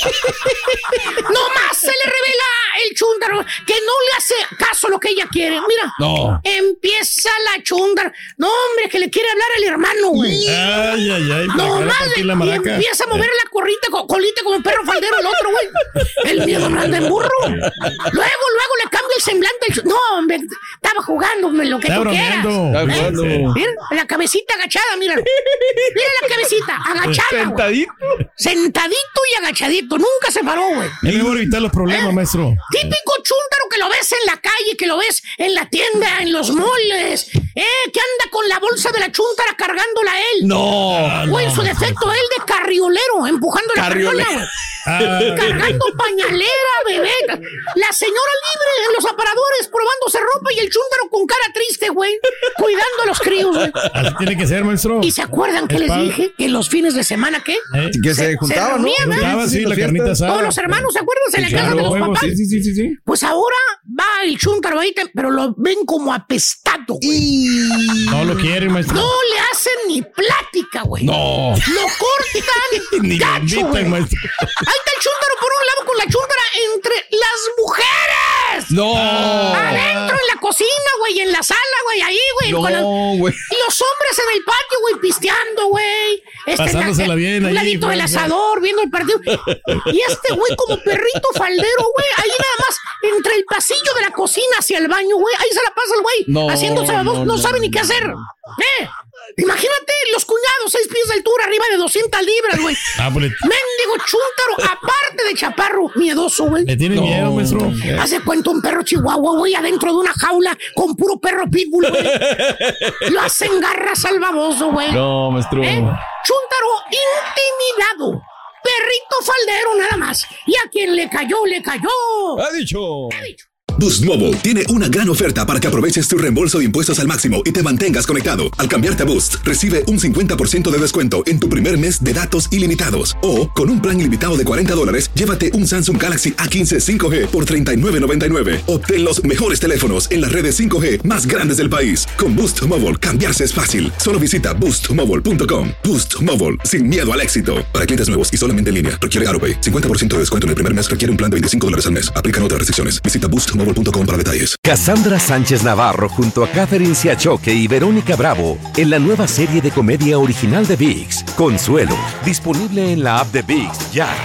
Nomás se le revela el chúntaro que no le hace caso a lo que ella quiere. Mira, empieza la chúntaro. No, hombre, que le quiere hablar al hermano, güey. Ay. Nomás y empieza a mover la colita como un perro faldero el otro, güey. El miedo no anda en burro. Luego le cambia el semblante. No, hombre, estaba jugando lo que tú quieras. Mira, la cabecita agachada, mira. Mira la cabecita, agachada. Sentadito y agachadito. Nunca se paró, güey. Es mejor evitar los problemas, maestro. Típico chúntaro que lo ves en la calle, que lo ves en la tienda, en los moles. Que anda con la bolsa de la chúntara cargándola a él. O en su defecto, él de carriolero, empujando la carriola, güey. Cargando pañalera, bebé. La señora libre en los aparadores probándose ropa y el chúntaro con cara triste, güey. Cuidando a los críos, güey. Así tiene que ser, maestro. ¿Y se acuerdan que les dije que los fines de semana qué? Que se juntaban, ¿no? Sí, la carnita asada. Todos los hermanos, ¿se acuerdan? En la casa de los papás. Sí. Pues ahora va el chúntaro ahí, pero lo ven como apestado, güey. No lo quieren, maestro. No le hacen ni plática, güey. No. Lo cortan ni gacho, güey. maestro. Ahí está el chúntaro por un lado con la chúntara entre las mujeres. No. Adentro en la cocina, güey, en la sala, güey, ahí, güey. No, güey. Y los hombres en el patio, güey, pisteando, güey. Pasándosela bien ahí. Un ladito del asador, viendo el partido. Y este güey como perrito faldero, güey, ahí nada más entre el pasillo de la cocina hacia el baño, güey. Ahí se la pasa el güey, haciéndose baboso, no sabe ni qué hacer. Imagínate los cuñados, 6 pies de altura, arriba de 200 libras, güey. Mendigo chúntaro, aparte de chaparro, miedoso, güey. Le tiene miedo, maestro. Hace cuenta un perro chihuahua, güey, adentro de una jaula con puro perro pitbull, güey. Lo hacen garras al baboso, güey. No, maestro. Chúntaro intimidado. Perrito faldero nada más. Y a quien le cayó, le cayó. Ha dicho. Boost Mobile tiene una gran oferta para que aproveches tu reembolso de impuestos al máximo y te mantengas conectado. Al cambiarte a Boost, recibe un 50% de descuento en tu primer mes de datos ilimitados. O, con un plan ilimitado de $40, llévate un Samsung Galaxy A15 5G por $39.99. Obtén los mejores teléfonos en las redes 5G más grandes del país. Con Boost Mobile, cambiarse es fácil. Solo visita boostmobile.com. Boost Mobile, sin miedo al éxito. Para clientes nuevos y solamente en línea, requiere AroPay. 50% de descuento en el primer mes requiere un plan de $25 al mes. Aplican otras restricciones. Visita boostmobile.com para detalles. Cassandra Sánchez Navarro junto a Catherine Siachoque y Verónica Bravo en la nueva serie de comedia original de ViX, Consuelo, disponible en la app de ViX ya.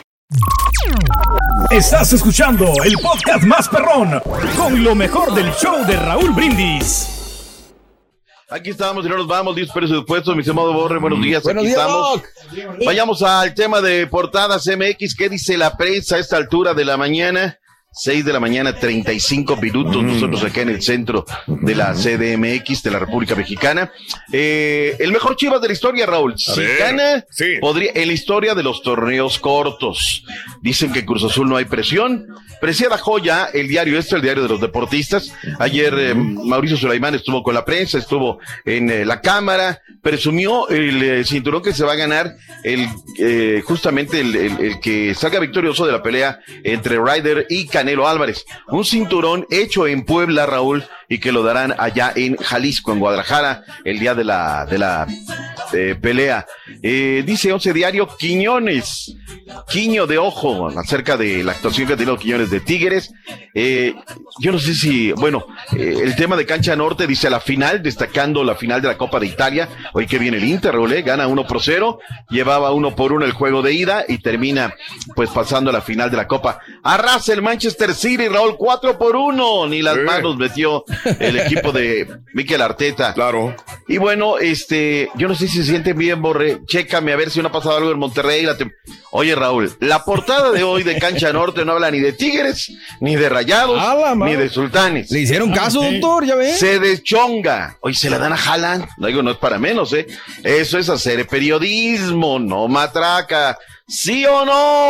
Estás escuchando el podcast más perrón con lo mejor del show de Raúl Brindis. Aquí estamos y no nos vamos, Dios espero sus puestos, mi estimado Borre, buenos días, Buenos aquí días, estamos. Doc. Vayamos al tema de portadas MX, ¿qué dice la prensa a esta altura de la mañana? 6 de la mañana, 35 minutos, nosotros acá en el centro de la CDMX de la República Mexicana. El mejor Chivas de la historia, Raúl. Si gana, podría, en la historia de los torneos cortos. Dicen que en Cruz Azul no hay presión. Preciada joya, el diario el diario de los deportistas. Ayer Mauricio Sulaimán estuvo con la prensa, estuvo en la cámara, presumió el cinturón que se va a ganar, justamente el que salga victorioso de la pelea entre Ryder y Canelo Álvarez. Un cinturón hecho en Puebla, Raúl, y que lo darán allá en Jalisco, en Guadalajara, el día de la pelea. Dice 11 Diario, Quiñones, guiño de ojo acerca de la actuación que ha tenido Quiñones de Tigres. Yo no sé si, el tema de Cancha Norte dice la final, destacando la final de la Copa de Italia. Hoy que viene el Inter, Raúl, gana 1-0, llevaba 1-1 el juego de ida y termina pues pasando a la final de la Copa. Arrasa el Manchester City, Raúl, 4-1, ni las manos metió el equipo de Mikel Arteta. Claro. Y bueno, yo no sé si se sienten bien, Borre, chécame a ver si no ha pasado algo en Monterrey. Oye, Raúl, la portada de hoy de Cancha Norte no habla ni de Tigres, ni de Rayados, ni de Sultanes. ¿Le hicieron caso, doctor? Ya ves. Se deschonga. Hoy se la dan a Haaland. No es para menos, Eso es hacer periodismo, no matraca. ¿Sí o no?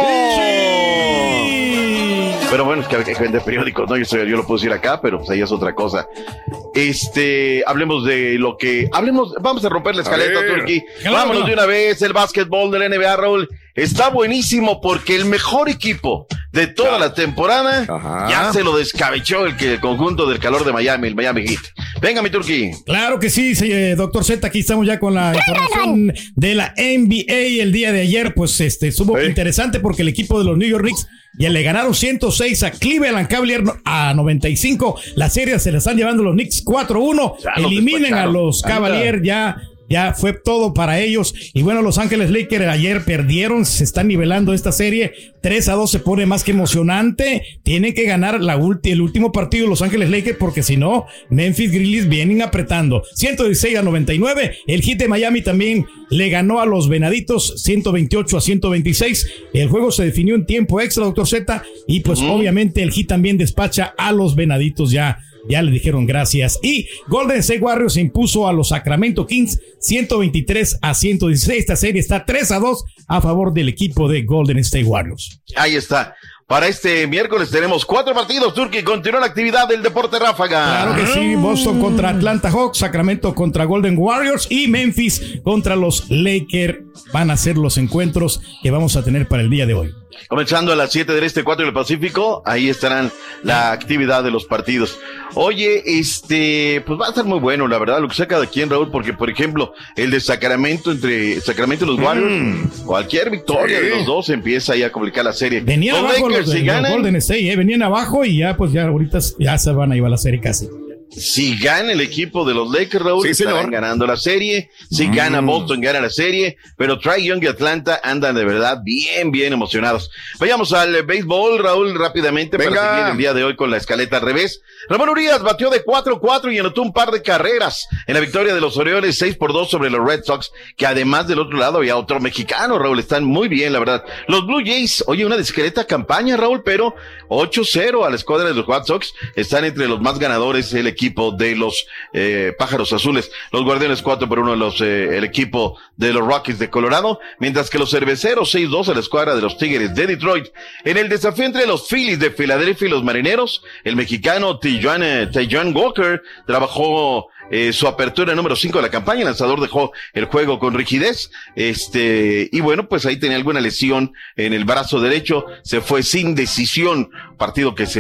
Sí. Pero bueno, es que hay que vender periódicos, ¿no? Yo lo puedo decir acá, pero pues ahí es otra cosa. Hablemos de lo que... vamos a romper la escaleta, Turquí. Vámonos de una vez, el básquetbol de la NBA, Raúl. Está buenísimo porque el mejor equipo de toda la temporada. Ya se lo descabechó el conjunto del calor de Miami, el Miami Heat. Venga, mi Turqui. Claro que sí, doctor Z, aquí estamos ya con la información de la NBA. El día de ayer, pues, estuvo interesante porque el equipo de los New York Knicks ya le ganaron 106 a Cleveland Cavaliers a 95. La serie se la están llevando los Knicks 4-1. Eliminen a los Cavaliers ya fue todo para ellos. Y bueno, Los Ángeles Lakers ayer perdieron, se está nivelando esta serie. 3-2 se pone más que emocionante. Tienen que ganar el último partido Los Ángeles Lakers, porque si no, Memphis Grizzlies vienen apretando. 116 a 99. El Heat de Miami también le ganó a los Venaditos 128 a 126. El juego se definió en tiempo extra, doctor Z. Y pues obviamente el Heat también despacha a los Venaditos ya le dijeron gracias. Y Golden State Warriors se impuso a los Sacramento Kings 123 a 116. Esta serie está 3-2 a favor del equipo de Golden State Warriors. Ahí está. Para este miércoles tenemos 4 partidos, Turki. Continúa la actividad del deporte ráfaga. Claro que sí. Boston contra Atlanta Hawks, Sacramento contra Golden Warriors y Memphis contra los Lakers. Van a ser los encuentros que vamos a tener para el día de hoy. Comenzando a las 7 del Este, 4 del Pacífico, ahí estarán la actividad de los partidos. Oye, pues va a estar muy bueno, la verdad, lo que sea cada quien, Raúl, porque, por ejemplo, el de Sacramento, entre Sacramento y los Warriors, cualquier victoria de los dos empieza ahí a complicar la serie. Venían abajo los Golden State, venían abajo y ya ahorita ya se van a llevar la serie casi. Si gana el equipo de los Lakers, Raúl, estarán ganando la serie. Si gana Boston, gana la serie. Pero Trae Young y Atlanta andan de verdad bien emocionados. Vayamos al béisbol, Raúl, rápidamente. Venga. Para seguir el día de hoy con la escaleta al revés. Ramón Urias batió de 4-4 y anotó un par de carreras en la victoria de los Orioles 6-2 sobre los Red Sox, que además del otro lado había otro mexicano, Raúl. Están muy bien, la verdad. Los Blue Jays, oye, una discreta campaña, Raúl, pero 8-0 a la escuadra de los Red Sox. Están entre los más ganadores el equipo de los Pájaros Azules. Los Guardianes 4-1 el equipo de los Rockies de Colorado, mientras que los Cerveceros 6-2 a la escuadra de los Tigres de Detroit. En el desafío entre los Phillies de Filadelfia y los Marineros, el mexicano Taijuan Walker trabajó su apertura número 5 de la campaña. El lanzador dejó el juego con rigidez, y bueno, pues ahí tenía alguna lesión en el brazo derecho, se fue sin decisión, partido que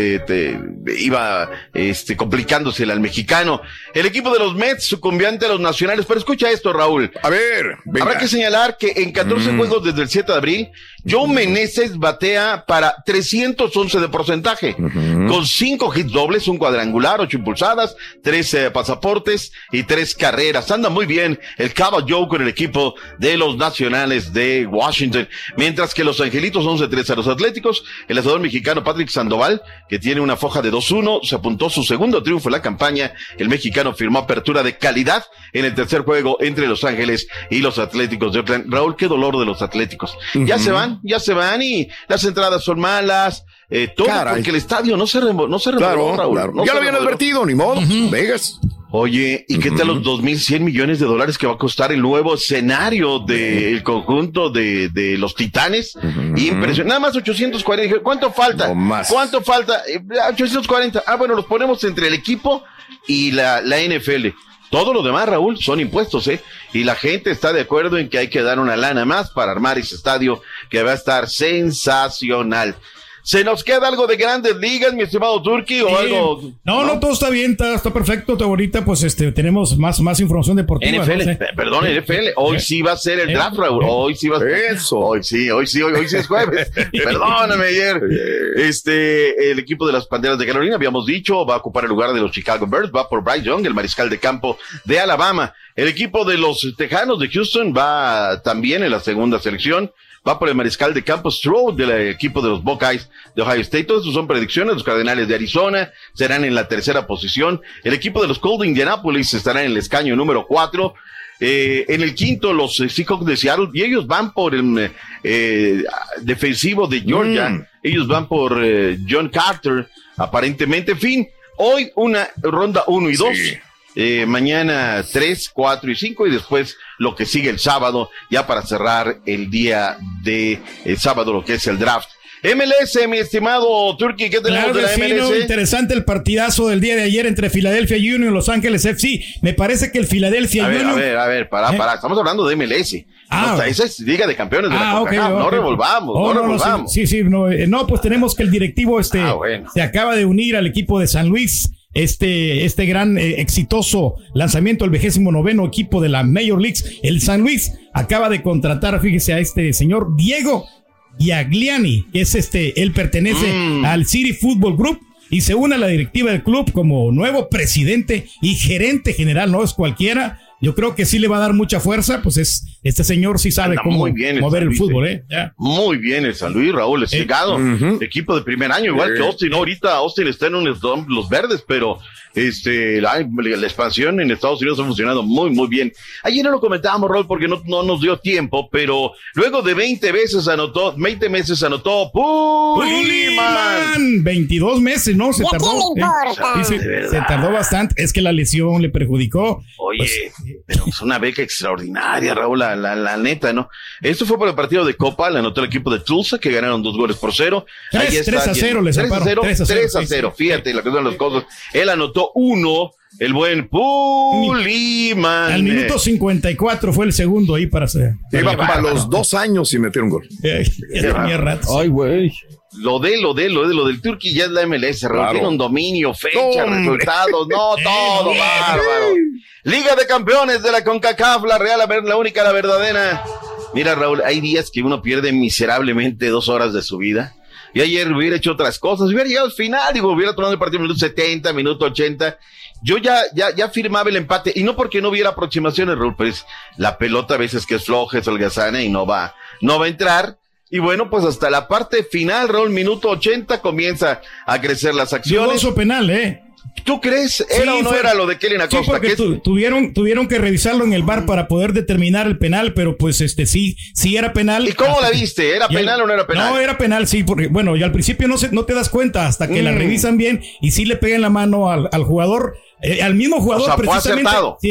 iba complicándose al mexicano. El equipo de los Mets sucumbió ante los Nacionales, pero escucha esto, Raúl. A ver, venga. Habrá que señalar que en 14 juegos desde el 7 de abril, Joe Meneses batea para 311 de porcentaje, con 5 hits dobles, un cuadrangular, 8 impulsadas, 3 pasaportes y 3 carreras. Anda muy bien el Cabo Joe con el equipo de los Nacionales de Washington. Mientras que los Angelitos 11-3 a los Atléticos, el lanzador mexicano Patrick Sandoval, que tiene una foja de 2-1, se apuntó su segundo triunfo en la campaña. El mexicano firmó apertura de calidad en el tercer juego entre Los Ángeles y los Atléticos de Oakland. Raúl, qué dolor de los Atléticos. Ya se van y las entradas son malas. Todo porque el estadio no se remodeló, Raúl. Claro. Ya lo habían advertido, ni modo. Vegas. Oye, ¿y qué tal los $2,100 millones que va a costar el nuevo escenario del conjunto de los Titanes? Impresionante. Nada más 840. ¿Cuánto falta? No más. ¿Cuánto falta? 840. Bueno, los ponemos entre el equipo y la NFL. Todo lo demás, Raúl, son impuestos, y la gente está de acuerdo en que hay que dar una lana más para armar ese estadio que va a estar sensacional. ¿Se nos queda algo de Grandes Ligas, mi estimado Turki, o algo? No, todo está bien, está perfecto. Ahorita, pues, tenemos más información deportiva. NFL, perdón, NFL. Hoy sí va a ser el draft, Raúl. Hoy sí va a ser. Eso. Hoy sí es jueves. Perdóname ayer. El equipo de las Panteras de Carolina, habíamos dicho, va a ocupar el lugar de los Chicago Bears, va por Bryce Young, el mariscal de campo de Alabama. El equipo de los Tejanos de Houston va también en la segunda selección. Va por el mariscal de campo Stroud del equipo de los Buckeyes de Ohio State. Todas esas son predicciones. Los Cardenales de Arizona serán en la tercera posición. El equipo de los Colts de Indianapolis estará en el escaño número 4. En el quinto, los Seahawks de Seattle, y ellos van por el defensivo de Georgia. Ellos van por John Carter, aparentemente. En fin, hoy una ronda 1 y 2. Mañana 3, 4 y 5, y después lo que sigue el sábado, ya para cerrar el día de sábado, lo que es el draft. MLS, mi estimado Turki, ¿qué tenemos de la MLS? No, interesante el partidazo del día de ayer entre Philadelphia Union y Los Ángeles FC. Me parece que el Philadelphia Union... A ver, para. Estamos hablando de MLS. Esa es Liga de Campeones de la CONCACAF. Okay. No revolvamos. Sí. No, pues tenemos que el directivo se acaba de unir al equipo de San Luis. Este gran exitoso lanzamiento del 29º equipo de la Major League. El San Luis acaba de contratar, fíjese, a este señor Diego Giagliani, que es él pertenece al City Football Group y se une a la directiva del club como nuevo presidente y gerente general, no es cualquiera. Yo creo que sí le va a dar mucha fuerza, pues este señor sí sabe cómo mover el fútbol, Muy bien el San Luis, Raúl, es llegado, equipo de primer año, igual que Austin, ¿no? Ahorita Austin está en los verdes, pero la expansión en Estados Unidos ha funcionado muy, muy bien. Ayer no lo comentábamos, Raúl, porque no nos dio tiempo, pero luego de 20 meses anotó Puliman. 22 meses, ¿no? Se tardó. Se tardó bastante, es que la lesión le perjudicó. Oye, pero es una beca extraordinaria, Raúl, la neta, ¿no? Esto fue por el partido de Copa, le anotó el equipo de Tulsa, que ganaron 2-0. 3-0 les amparon. 3-0, fíjate, la que son las cosas. Él anotó 1, el buen Puliman. Al minuto 54 fue el segundo ahí para hacer. Iba para los 2 años y meter un gol. Ay, güey. Lo del Turqui ya es la MLS, claro. Tiene un dominio, fecha, resultados, todo bárbaro. Liga de Campeones de la CONCACAF, la real, la única, la verdadera. Mira, Raúl, hay días que uno pierde miserablemente 2 horas de su vida. Y ayer hubiera hecho otras cosas, hubiera llegado al final, hubiera tomado el partido en minuto 70, minuto 80. Yo ya firmaba el empate, y no porque no hubiera aproximaciones, Raúl, pues la pelota a veces que es floja, es holgazana y no va a entrar. Y bueno, pues hasta la parte final, Raúl, minuto 80, comienza a crecer las acciones. Dudoso penal, ¿Tú crees? ¿Era o no era lo de Kellen Acosta? Sí, porque tuvieron que revisarlo en el VAR para poder determinar el penal, pero pues sí era penal. ¿Y cómo la viste? ¿Era penal o no era penal? No, era penal, sí, porque bueno, y al principio no te das cuenta hasta que la revisan bien y sí le pegan la mano al jugador. Al mismo jugador, o sea, precisamente.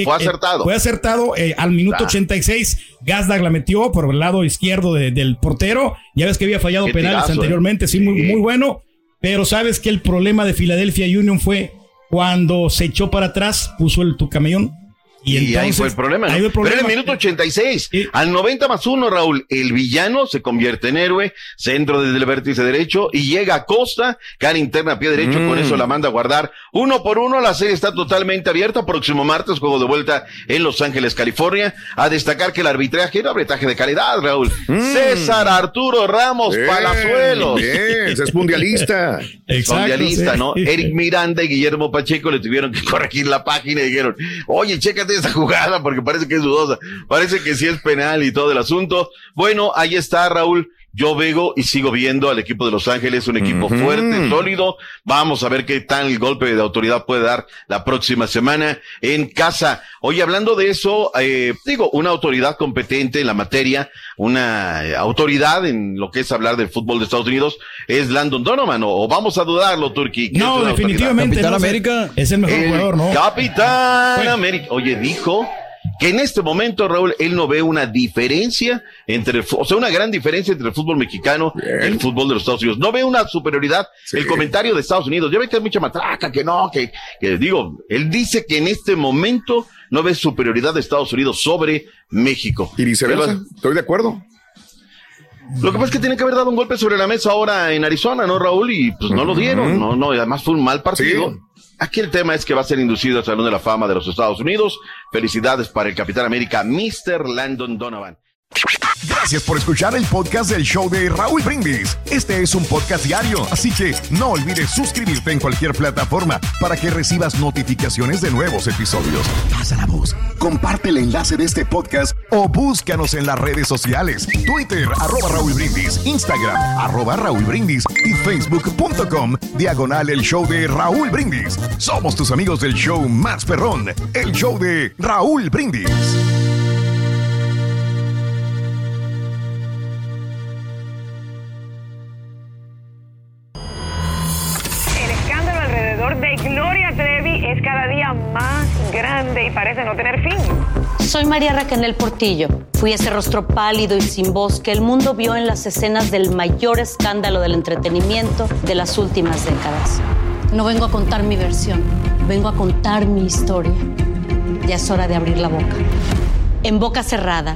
Fue acertado. Al minuto 86, Gazdag la metió por el lado izquierdo del portero. Ya ves que había fallado penales anteriormente, sí, muy bueno. Pero sabes que el problema de Philadelphia Union fue cuando se echó para atrás, puso tu camellón. Y entonces, ahí fue el problema, ¿no? Pero en el minuto 86, al 90+1, Raúl, el villano se convierte en héroe, centro desde el vértice derecho, y llega a Costa, cara interna a pie derecho, con eso la manda a guardar 1-1, la serie está totalmente abierta, próximo martes, juego de vuelta en Los Ángeles, California, a destacar que el arbitraje era arbitraje de calidad, Raúl. César Arturo Ramos Palazuelos. Es mundialista. Exacto, mundialista, ¿no? Eric Miranda y Guillermo Pacheco le tuvieron que corregir la página y dijeron, oye, chécate esta jugada porque parece que es dudosa, parece que sí es penal y todo el asunto. Bueno, ahí está, Raúl. Yo veo y sigo viendo al equipo de Los Ángeles, un equipo fuerte, sólido. Vamos a ver qué tal golpe de autoridad puede dar la próxima semana en casa. Oye, hablando de eso, una autoridad competente en la materia, una autoridad en lo que es hablar del fútbol de Estados Unidos, es Landon Donovan, o vamos a dudarlo, Turki. No, definitivamente. Capitán América. Es el mejor jugador, ¿no? Capitán América. Oye, dijo que en este momento, Raúl, él no ve una diferencia una gran diferencia entre el fútbol mexicano y el fútbol de los Estados Unidos. No ve una superioridad. Sí. El comentario de Estados Unidos, ya ve que hay mucha matraca, que él dice que en este momento no ve superioridad de Estados Unidos sobre México. Y viceversa, estoy de acuerdo. Lo que pasa es que tiene que haber dado un golpe sobre la mesa ahora en Arizona, ¿no, Raúl? Y pues no lo dieron, no, y además fue un mal partido. Sí. Aquí el tema es que va a ser inducido al Salón de la Fama de los Estados Unidos. Felicidades para el Capitán América, Mr. Landon Donovan. Gracias por escuchar el podcast del show de Raúl Brindis. Este es un podcast diario, así que no olvides suscribirte en cualquier plataforma para que recibas notificaciones de nuevos episodios. Pasa la voz, comparte el enlace de este podcast o búscanos en las redes sociales. Twitter, @Raúl Brindis, Instagram, @Raúl Brindis y Facebook.com/el show de Raúl Brindis. Somos tus amigos del show más perrón, el show de Raúl Brindis. De Gloria Trevi es cada día más grande y parece no tener fin. Soy María Raquel Portillo. Fui ese rostro pálido y sin voz que el mundo vio en las escenas del mayor escándalo del entretenimiento de las últimas décadas. No vengo a contar mi versión, vengo a contar mi historia. Ya es hora de abrir la boca. En boca cerrada.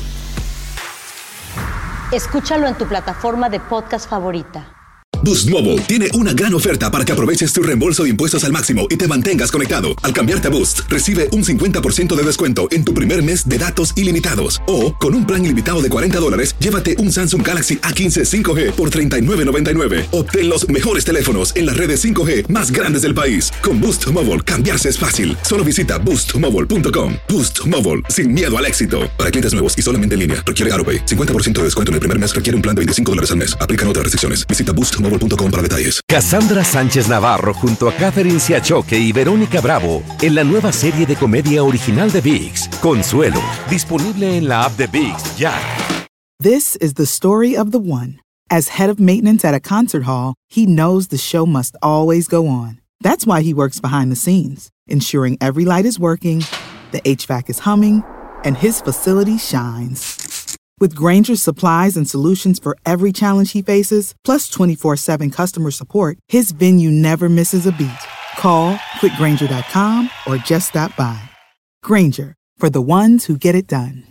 Escúchalo en tu plataforma de podcast favorita. Boost Mobile tiene una gran oferta para que aproveches tu reembolso de impuestos al máximo y te mantengas conectado. Al cambiarte a Boost, recibe un 50% de descuento en tu primer mes de datos ilimitados. O, con un plan ilimitado de $40, llévate un Samsung Galaxy A15 5G por $39.99. Obtén los mejores teléfonos en las redes 5G más grandes del país. Con Boost Mobile, cambiarse es fácil. Solo visita boostmobile.com. Boost Mobile, sin miedo al éxito. Para clientes nuevos y solamente en línea, requiere AutoPay. 50% de descuento en el primer mes requiere un plan de $25 al mes. Aplican otras restricciones. Visita boostmobile.com para detalles. Cassandra Sánchez Navarro junto a Catherine Siachoque y Verónica Bravo en la nueva serie de comedia original de ViX, Consuelo, disponible en la app de ViX ya. This is the story of the one. As head of maintenance at a concert hall, he knows the show must always go on. That's why he works behind the scenes, ensuring every light is working, the HVAC is humming, and his facility shines. With Grainger's supplies and solutions for every challenge he faces, plus 24/7 customer support, his venue never misses a beat. Call quickgrainger.com or just stop by. Grainger, for the ones who get it done.